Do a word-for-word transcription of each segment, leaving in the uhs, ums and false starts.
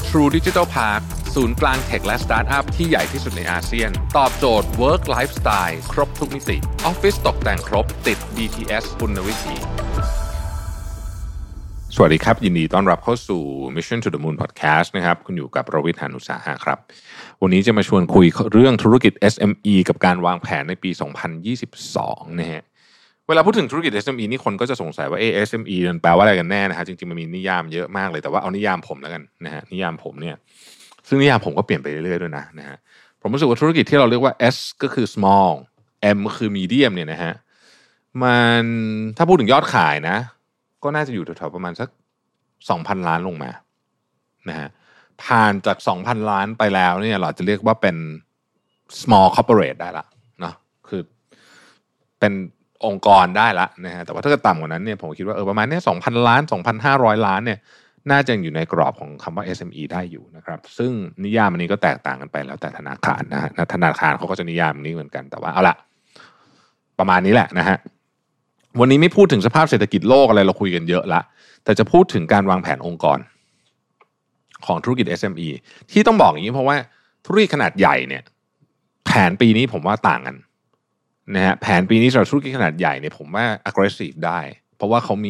True Digital Park ศูนย์กลางเทคและสตาร์ทอัพที่ใหญ่ที่สุดในอาเซียนตอบโจทย์ Work Lifestyle ครบทุกมิติออฟฟิศตกแต่งครบติด บี ที เอส คุณวิถีสวัสดีครับยินดีต้อนรับเข้าสู่ Mission to the Moon Podcast นะครับคุณอยู่กับรวิทย์ หาญอุตสาหะครับวันนี้จะมาชวนคุยเรื่องธุรกิจ เอส เอ็ม อี กับการวางแผนในปีสองพันยี่สิบสองนะฮะเวลาพูดถึงธุรกิจ เอส เอ็ม อี นี่คนก็จะสงสัยว่าเอ เอส เอ็ม อี มันแปลว่าอะไรกันแน่นะฮะจริงๆมันมีนิยามเยอะมากเลยแต่ว่าเอานิยามผมแล้วกันนะฮะนิยามผมเนี่ยซึ่งนิยามผมก็เปลี่ยนไปเรื่อยๆด้วยนะนะฮะผมรู้สึกว่าธุรกิจที่เราเรียกว่า S ก็คือ small M ก็คือ medium เนี่ยนะฮะมันถ้าพูดถึงยอดขายนะก็น่าจะอยู่แถวๆประมาณสัก สองพัน ล้านลงมานะฮะผ่านจาก สองพัน ล้านไปแล้วเนี่ยเราจะเรียกว่าเป็น small corporate ได้ละเนาะคือเป็นองค์กรได้ละนะฮะแต่ว่าถ้าเกิดต่ำกว่านั้นเนี่ยผมคิดว่าเออประมาณเนี้ย สองพัน ล้าน สองพันห้าร้อย ล้านเนี่ยน่าจะอยู่ในกรอบของคำว่า เอส เอ็ม อี ได้อยู่นะครับซึ่งนิยามอันนี้ก็แตกต่างกันไปแล้วแต่ธนาคารนะฮะธนาคารเขาก็จะนิยามนี้เหมือนกันแต่ว่าเอาละประมาณนี้แหละนะฮะวันนี้ไม่พูดถึงสภาพเศรษฐกิจโลกอะไรเราคุยกันเยอะละแต่จะพูดถึงการวางแผนองค์กรของธุรกิจ เอส เอ็ม อี ที่ต้องบอกอย่างนี้เพราะว่าธุรกิจขนาดใหญ่เนี่ยแผนปีนี้ผมว่าต่างกันนะฮะแผนปีนี้สำหรับธุรกิจขนาดใหญ่เนี่ยผมว่า aggressive ได้เพราะว่าเขามี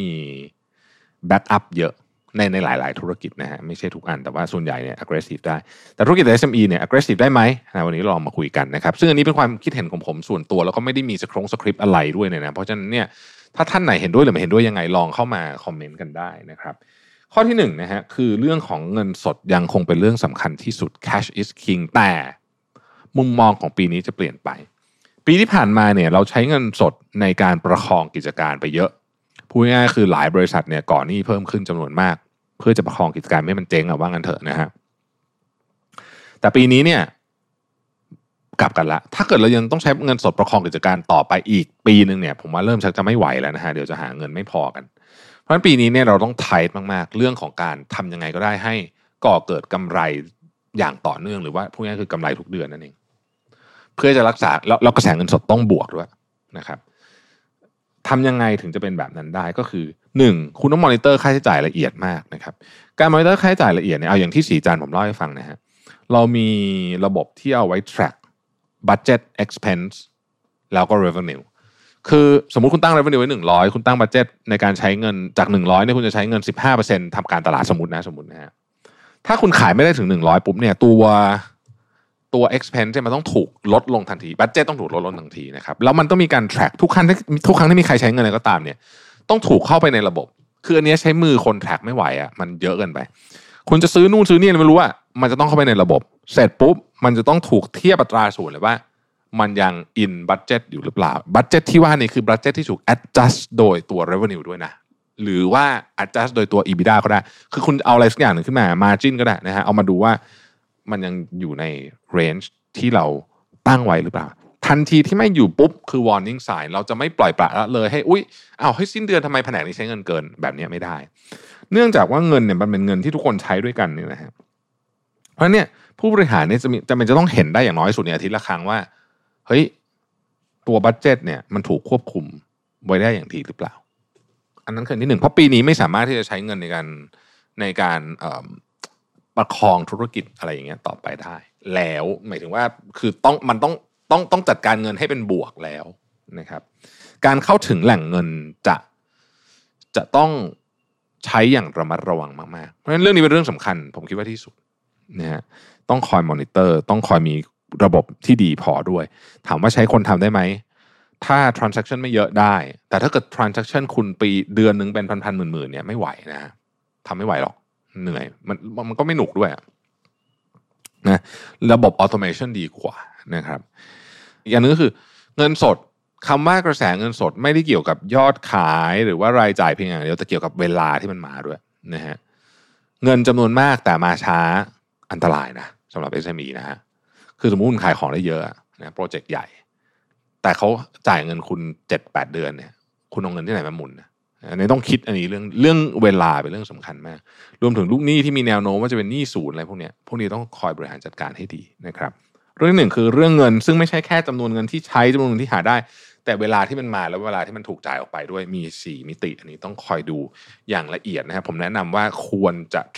backup เยอะในในหลายๆธุรกิจนะฮะไม่ใช่ทุกอันแต่ว่าส่วนใหญ่เนี่ย aggressive ได้แต่ธุรกิจ เอส เอ็ม อี เนี่ย aggressive ได้ไหมนะวันนี้ลองมาคุยกันนะครับซึ่งอันนี้เป็นความคิดเห็นของผมส่วนตัวแล้วก็ไม่ได้มีสคริปต์สคริปต์อะไรด้วยเนี่ยนะเพราะฉะนั้นเนี่ยถ้าท่านไหนเห็นด้วยหรือไม่เห็นด้วยยังไงลองเข้ามาคอมเมนต์กันได้นะครับข้อที่หนึ่งนะฮะคือเรื่องของเงินสดยังคงเป็นเรื่องสำคัญที่สุด cash is king แต่มุมมองของปีนี้จะเปลี่ยนไปปีที่ผ่านมาเนี่ยเราใช้เงินสดในการประคองกิจการไปเยอะพูดง่ายๆคือหลายบริษัทเนี่ยก่อนหนี้เพิ่มขึ้นจำนวนมากเพื่อจะประคองกิจการไม่ให้มันเจ๊งอะว่างั้นเถอะนะฮะแต่ปีนี้เนี่ยกลับกันละถ้าเกิดเรายังต้องใช้เงินสดประคองกิจการต่อไปอีกปีนึงเนี่ยผมว่าเริ่มชักจะไม่ไหวแล้วนะฮะเดี๋ยวจะหาเงินไม่พอกันเพราะฉะนั้นปีนี้เนี่ยเราต้องไทท์มากๆเรื่องของการทำยังไงก็ได้ให้ก่อเกิดกำไรอย่างต่อเนื่องหรือว่าพูดง่ายๆคือกำไรทุกเดือนนั่นเองเพื่อจะรักษาแล้วแล้วกระแสเงินสดต้องบวกด้วยนะครับทำยังไงถึงจะเป็นแบบนั้นได้ก็คือหนึ่งคุณต้องมอนิเตอร์ค่าใช้จ่ายละเอียดมากนะครับการมอนิเตอร์ค่าใช้จ่ายละเอียดเนี่ยเอาอย่างที่สีจันผมเล่าให้ฟังนะฮะเรามีระบบที่เอาไว้ track budget expense แล้วก็ revenue คือสมมุติคุณตั้ง revenue ไว้หนึ่งร้อยคุณตั้ง budget ในการใช้เงินจากหนึ่งร้อยเนี่ยคุณจะใช้เงิน สิบห้าเปอร์เซ็นต์ ทำการตลาดสมมุตินะสมมุตินะฮะถ้าคุณขายไม่ได้ถึงหนึ่งร้อยปุ๊บเนี่ยตัวตัว expense เนี่ยมันต้องถูกลดลงทันที budget ต้องถูกลดลงทันทีนะครับแล้วมันต้องมีการ track ทุกครั้งที่ทุกครั้งที่มีใครใช้เงินอะไรก็ตามเนี่ยต้องถูกเข้าไปในระบบคืออันนี้ใช้มือคน track ไม่ไหวอ่ะมันเยอะเกินไปคุณจะซื้อนู่นซื้อนี่ไม่รู้อ่ะมันจะต้องเข้าไปในระบบเสร็จปุ๊บมันจะต้องถูกเทียบอัตราส่วนเลยว่ามันยัง in budget อยู่หรือเปล่า budget ที่ว่านี่คือ budget ที่ถูก adjust โดยตัว revenue ด้วยนะหรือว่า adjust โดยตัว EBITDA ก็ได้คือคุณเอาอะไรสักอย่างหนึ่งขึ้นมา margin ก็ได้นะฮะเอามาดูว่ามันยังอยู่ใน range ที่เราตั้งไว้หรือเปล่าทันทีที่ไม่อยู่ปุ๊บคือ warning sign เราจะไม่ปล่อยปละละเลยให้อุ๊ยอ้าวให้สิ้นเดือนทำไมแผนกนี้ใช้เงินเกินแบบนี้ไม่ได้เนื่องจากว่าเงินเนี่ยมันเป็นเงินที่ทุกคนใช้ด้วยกันนี่นะฮะเพราะเนี่ยผู้บริหารเนี่ยจะมีจะเป็นจะต้องเห็นได้อย่างน้อยสุดเนี่ยอาทิตย์ละครั้งว่าเฮ้ยตัวบัดเจ็ตเนี่ยมันถูกควบคุมไว้ได้อย่างดีหรือเปล่าอันนั้นคือที่หนึ่งเพราะปีนี้ไม่สามารถที่จะใช้เงินในการในการประคองธุรกิจอะไรอย่างเงี้ยต่อไปได้แล้วหมายถึงว่าคือต้องมันต้องต้องต้องจัดการเงินให้เป็นบวกแล้วนะครับการเข้าถึงแหล่งเงินจะจะต้องใช้อย่างระมัดระวังมากๆเพราะฉะนั้นเรื่องนี้เป็นเรื่องสำคัญผมคิดว่าที่สุดนะฮะต้องคอยมอนิเตอร์ต้องคอยมีระบบที่ดีพอด้วยถามว่าใช้คนทำได้ไหมถ้า transaction ไม่เยอะได้แต่ถ้าเกิด transaction คุณปีเดือนนึงเป็นพันๆหมื่นๆเนี่ยไม่ไหวนะทำไม่ไหวหรอกเหนื่อยมันมันก็ไม่หนุกด้วยนะระบบ automation ดีกว่านะครับอีกอย่างนึงก็คือเงินสดคำว่ากระแสเงินสดไม่ได้เกี่ยวกับยอดขายหรือว่ารายจ่ายเพียงอย่างเดียวแต่เกี่ยวกับเวลาที่มันมาด้วยนะฮะเงินจำนวนมากแต่มาช้าอันตรายนะสำหรับ เอส เอ็ม อี นะฮะคือสมมุติคุณขายของได้เยอะนะโปรเจกต์ใหญ่แต่เขาจ่ายเงินคุณ เจ็ดแปด เดือนเนี่ยคุณเอาเงินที่ไหนมาหมุนอันนี้ต้องคิดอันนี้เรื่องเรื่องเวลาเป็นเรื่องสำคัญมากรวมถึงลูกหนี้ที่มีแนวโน้มว่าจะเป็นหนี้ศูนย์อะไรพวกนี้พวกนี้ต้องคอยบริหารจัดการให้ดีนะครับเรื่องหนึ่งคือเรื่องเงินซึ่งไม่ใช่แค่จำนวนเงินที่ใช้จำนวนเงินที่หาได้แต่เวลาที่มันมาแล้วเวลาที่มันถูกจ่ายออกไปด้วยมีสี่มิติอันนี้ต้องคอยดูอย่างละเอียดนะครับผมแนะนำว่าควรจะ track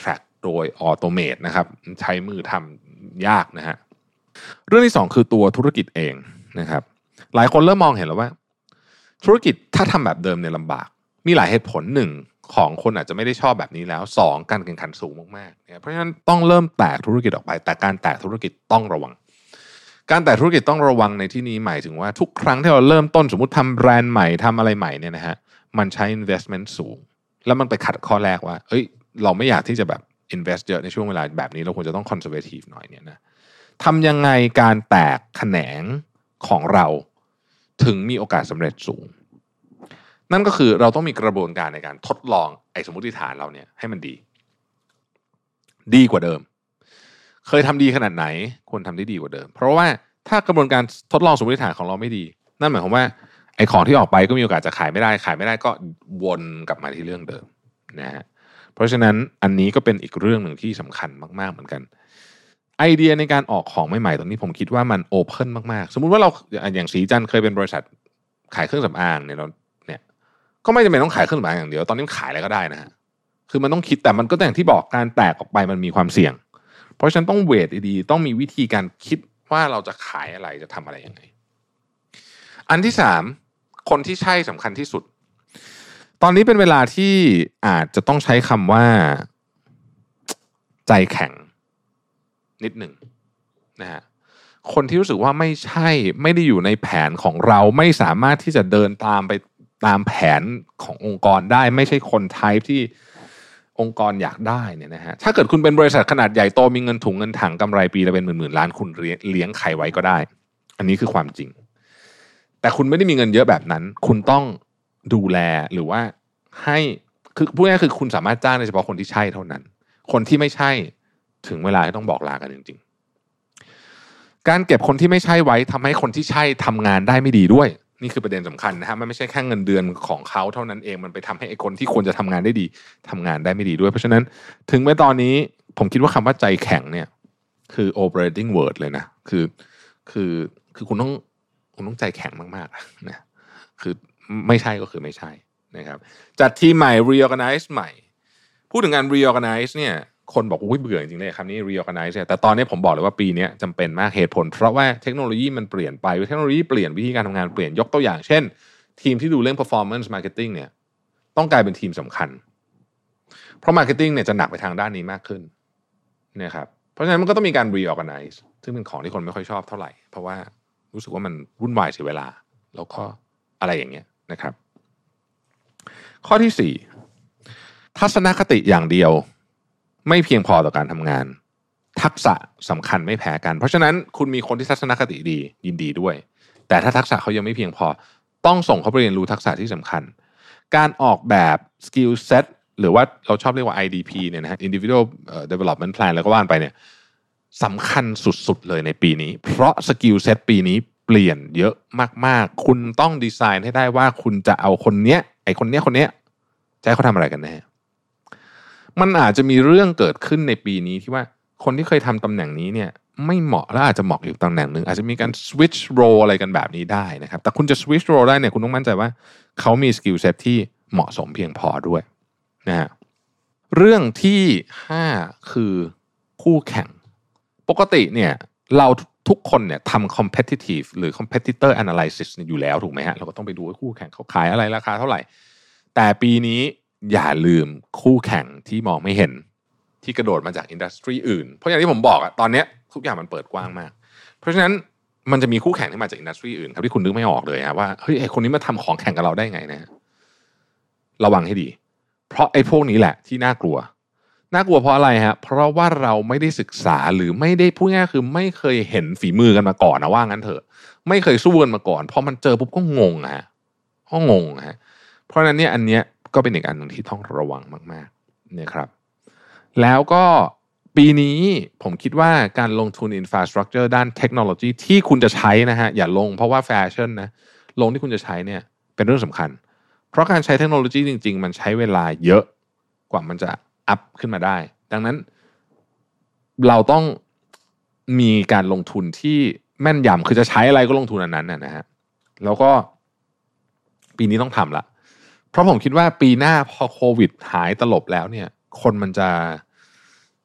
โดยออโตเมตนะครับใช้มือทำยากนะฮะเรื่องที่สองคือตัวธุรกิจเองนะครับหลายคนเริ่มมองเห็นแล้วว่าธุรกิจถ้าทำแบบเดิมเนี่ยลำบากมีหลายเหตุผลหนึ่งของคนอาจจะไม่ได้ชอบแบบนี้แล้วสองการแข่งขันสูงมากๆเพราะฉะนั้นต้องเริ่มแตกธุรกิจออกไปแต่การแตกธุรกิจต้องระวังการแตกธุรกิจต้องระวังในที่นี้หมายถึงว่าทุกครั้งที่เราเริ่มต้นสมมุติทำแบรนด์ใหม่ทำอะไรใหม่เนี่ยนะฮะมันใช้ investment สูงแล้วมันไปขัดข้อแรกว่าเอ้ยเราไม่อยากที่จะแบบ invest เยอะในช่วงเวลาแบบนี้เราควรจะต้อง conservative หน่อยเนี่ยนะทำยังไงการแตกแขนงของเราถึงมีโอกาสสำเร็จสูงนั่นก็คือเราต้องมีกระบวนการในการทดลองไอ้สมมติฐานเราเนี่ยให้มันดีดีกว่าเดิมเคยทำดีขนาดไหนควรทำได้ดีกว่าเดิมเพราะว่าถ้ากระบวนการทดลองสมมติฐานของเราไม่ดีนั่นหมายความว่าไอ้ของที่ออกไปก็มีโอกาสจะขายไม่ได้ขายไม่ได้ก็วนกลับมาที่เรื่องเดิมนะฮะเพราะฉะนั้นอันนี้ก็เป็นอีกเรื่องหนึ่งที่สำคัญมากๆเหมือนกันไอเดียในการออกของใหม่ๆตรงนี้ผมคิดว่ามันโอเพ่นมากๆสมมุติว่าเราอย่างสีจันทร์เคยเป็นบริษัทขายเครื่องสำอางเนี่ยเราเนี่ยก็ไม่จำเป็นต้องขายเครื่องสำอางอย่างเดียวตอนนี้ขายอะไรก็ได้นะฮะคือมันต้องคิดแต่มันก็อย่างที่บอกการแตกออกไปมันมีความเสี่ยงเพราะฉะนั้นต้องเวทดีๆต้องมีวิธีการคิดว่าเราจะขายอะไรจะทำอะไรยังไงอันที่สามคนที่ใช่สำคัญที่สุดตอนนี้เป็นเวลาที่อาจจะต้องใช้คำว่าใจแข็งนิดหนึ่งนะฮะคนที่รู้สึกว่าไม่ใช่ไม่ได้อยู่ในแผนของเราไม่สามารถที่จะเดินตามไปตามแผนขององค์กรได้ไม่ใช่คนไทป์ที่องค์กรอยากได้เนี่ยนะฮะถ้าเกิดคุณเป็นบริษัทขนาดใหญ่โตมีเงินถุงเงินถังกำไรปีละเป็นหมื่นๆล้านคุณเลี้ยงใครไว้ก็ได้อันนี้คือความจริงแต่คุณไม่ได้มีเงินเยอะแบบนั้นคุณต้องดูแลหรือว่าให้คือพูดง่ายๆคือคุณสามารถจ้างได้เฉพาะคนที่ใช่เท่านั้นคนที่ไม่ใช่ถึงเวลาที่ต้องบอกลากันจริงๆการเก็บคนที่ไม่ใช่ไว้ทำให้คนที่ใช่ทำงานได้ไม่ดีด้วยนี่คือประเด็นสำคัญนะฮะมันไม่ใช่แค่เงินเดือนของเขาเท่านั้นเองมันไปทำให้ไอ้คนที่ควรจะทำงานได้ดีทำงานได้ไม่ดีด้วยเพราะฉะนั้นถึงแม้ตอนนี้ผมคิดว่าคำว่าใจแข็งเนี่ยคือ operating word เลยนะคือคือคือคุณต้องคุณต้องใจแข็งมากๆนะคือไม่ใช่ก็คือไม่ใช่นะครับจัดทีมใหม่ reorganize ใหม่พูดถึงงาน reorganize เนี่ยคนบอกอุ้ยเบื่อจริงๆเลยคำนี้ reorganize เนี่ยแต่ตอนนี้ผมบอกเลยว่าปีนี้จำเป็นมากเหตุผลเพราะว่าเทคโนโลยีมันเปลี่ยนไปเทคโนโลยีเปลี่ยนวิธีการทำงานเปลี่ยนยกตัวอย่างเช่นทีมที่ดูเรื่อง performance marketing เนี่ยต้องกลายเป็นทีมสำคัญเพราะ marketing เนี่ยจะหนักไปทางด้านนี้มากขึ้นนะครับเพราะฉะนั้นมันก็ต้องมีการ reorganize ซึ่งเป็นของที่คนไม่ค่อยชอบเท่าไหร่เพราะว่ารู้สึกว่ามันวุ่นวายเสียเวลาแล้วก็อะไรอย่างเงี้ยนะครับข้อที่สี่ทัศนคติอย่างเดียวไม่เพียงพอต่อการทำงานทักษะสำคัญไม่แพ้กันเพราะฉะนั้นคุณมีคนที่ทัศนคติดียินดีด้วยแต่ถ้าทักษะเขายังไม่เพียงพอต้องส่งเขาไปเรียนรู้ทักษะที่สำคัญการออกแบบ skill set หรือว่าเราชอบเรียกว่า ไอ ดี พี เนี่ยนะฮะ individual development plan แล้วก็ว่านไปเนี่ยสำคัญสุดๆเลยในปีนี้เพราะ skill set ปีนี้เปลี่ยนเยอะมากๆคุณต้องดีไซน์ให้ได้ว่าคุณจะเอาคนเนี้ยไอ้คนเนี้ยคนเนี้ยจะให้เขาทำอะไรกันแน่มันอาจจะมีเรื่องเกิดขึ้นในปีนี้ที่ว่าคนที่เคยทำตำแหน่งนี้เนี่ยไม่เหมาะและอาจจะเหมาะอยู่ตำแหน่งหนึ่งอาจจะมีการ switch role อะไรกันแบบนี้ได้นะครับแต่คุณจะ switch role ได้เนี่ยคุณต้องมั่นใจว่าเขามี skill set ที่เหมาะสมเพียงพอด้วยนะฮะเรื่องที่ห้าคือคู่แข่งปกติเนี่ยเราทุกคนเนี่ยทำ competitive หรือ competitor analysis อยู่แล้วถูกไหมฮะเราก็ต้องไปดูว่าคู่แข่งเขาขายอะไรราคาเท่าไหร่แต่ปีนี้อย่าลืมคู่แข่งที่มองไม่เห็นที่กระโดดมาจากอินดัสทรีอื่นเพราะอย่างที่ผมบอกอะตอนนี้ทุกอย่างมันเปิดกว้างมากเพราะฉะนั้นมันจะมีคู่แข่งที่มาจากอินดัสทรีอื่นครับที่คุณนึกไม่ออกเลยฮะว่าเฮ้ยไอคนนี้มาทำของแข่งกับเราได้ไงนะระวังให้ดีเพราะไอ้พวกนี้แหละที่น่ากลัวน่ากลัวเพราะอะไรฮะเพราะว่าเราไม่ได้ศึกษาหรือไม่ได้พูดง่ายคือไม่เคยเห็นฝีมือกันมาก่อนนะว่างั้นเถอะไม่เคยสู้กันมาก่อนพอมันเจอปุ๊บก็งงฮะก็งงฮะเพราะฉะนั้นเนี่ยอันเนี้ยก็เป็นอีกอันหนึ่งที่ต้องระวังมากๆนะครับแล้วก็ปีนี้ผมคิดว่าการลงทุน infrastructure ด้านเทคโนโลยีที่คุณจะใช้นะฮะอย่าลงเพราะว่าแฟชั่นนะลงที่คุณจะใช้เนี่ยเป็นเรื่องสำคัญเพราะการใช้เทคโนโลยีจริงๆมันใช้เวลาเยอะกว่ามันจะอัพขึ้นมาได้ดังนั้นเราต้องมีการลงทุนที่แม่นยำคือจะใช้อะไรก็ลงทุนอันนั้นนะฮะแล้วก็ปีนี้ต้องทำละเพราะผมคิดว่าปีหน้าพอโควิดหายตลบแล้วเนี่ยคนมันจะ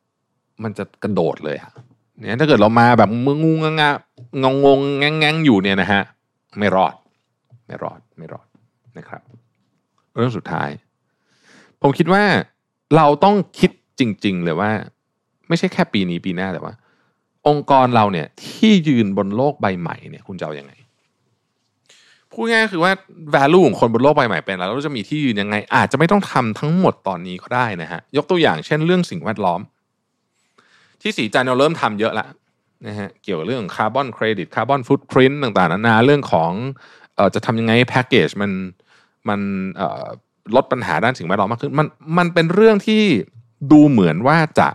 มันจะกระโดดเลยอะเนี่ยถ้าเกิดเรามาแบบมึงงูงงงงงแงงๆอยู่เนี่ยนะฮะไม่รอดไม่รอดไม่รอดนะครับเรื่องสุดท้ายผมคิดว่าเราต้องคิดจริงๆเลยว่าไม่ใช่แค่ปีนี้ปีหน้าแต่ว่าองค์กรเราเนี่ยที่ยืนบนโลกใบใหม่เนี่ยคุณจะเอายังไงพูดง่ายๆคือว่า value ของคนบนโลกใบใหม่เป็นแล้วเราจะมีที่ยืนยังไงอาจจะไม่ต้องทำทั้งหมดตอนนี้ก็ได้นะฮะยกตัวอย่างเช่นเรื่องสิ่งแวดล้อมที่สีจันทร์เราเริ่มทำเยอะละนะฮะเกี่ยวกับเรื่องคาร์บอนเครดิตคาร์บอนฟุตพริ้นต์ต่างๆนานาเรื่องของเอ่อจะทำยังไงแพ็กเกจมันมันเอ่อลดปัญหาด้านสิ่งแวดล้อมมากขึ้นมันมันเป็นเรื่องที่ดูเหมือนว่าจะ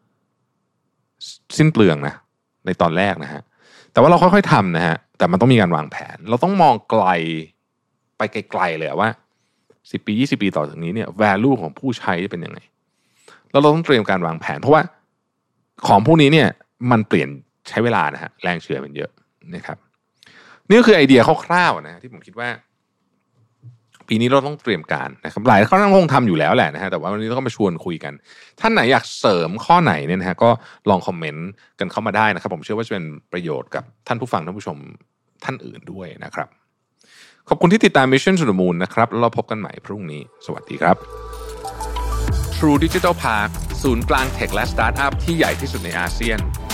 สิ้นเปลืองนะในตอนแรกนะฮะแต่ว่าเราค่อยๆทำนะฮะแต่มันต้องมีการวางแผนเราต้องมองไกลไปไกลๆเลยว่าสิบปียี่สิบปีต่อจากนี้เนี่ย value ของผู้ใช้จะเป็นยังไงแล้วเราต้องเตรียมการวางแผนเพราะว่าของพวกนี้เนี่ยมันเปลี่ยนใช้เวลานะฮะแรงเฉื่อยมันเยอะนะครับนี่ก็คือไอเดียคร่าวๆนะที่ผมคิดว่าปีนี้เราต้องเตรียมการนะครับหลายข้อนั่งคงทำอยู่แล้วแหละนะฮะแต่ว่าวันนี้ต้องมาชวนคุยกันท่านไหนอยากเสริมข้อไหนเนี่ยนะฮะก็ลองคอมเมนต์กันเข้ามาได้นะครับผมเชื่อว่าจะเป็นประโยชน์กับท่านผู้ฟังท่านผู้ชมท่านอื่นด้วยนะครับขอบคุณที่ติดตาม Mission to the Moon นะครับแล้วเราพบกันใหม่พรุ่งนี้สวัสดีครับ True Digital Park ศูนย์กลางเทคและสตาร์ทอัพที่ใหญ่ที่สุดในอาเซียน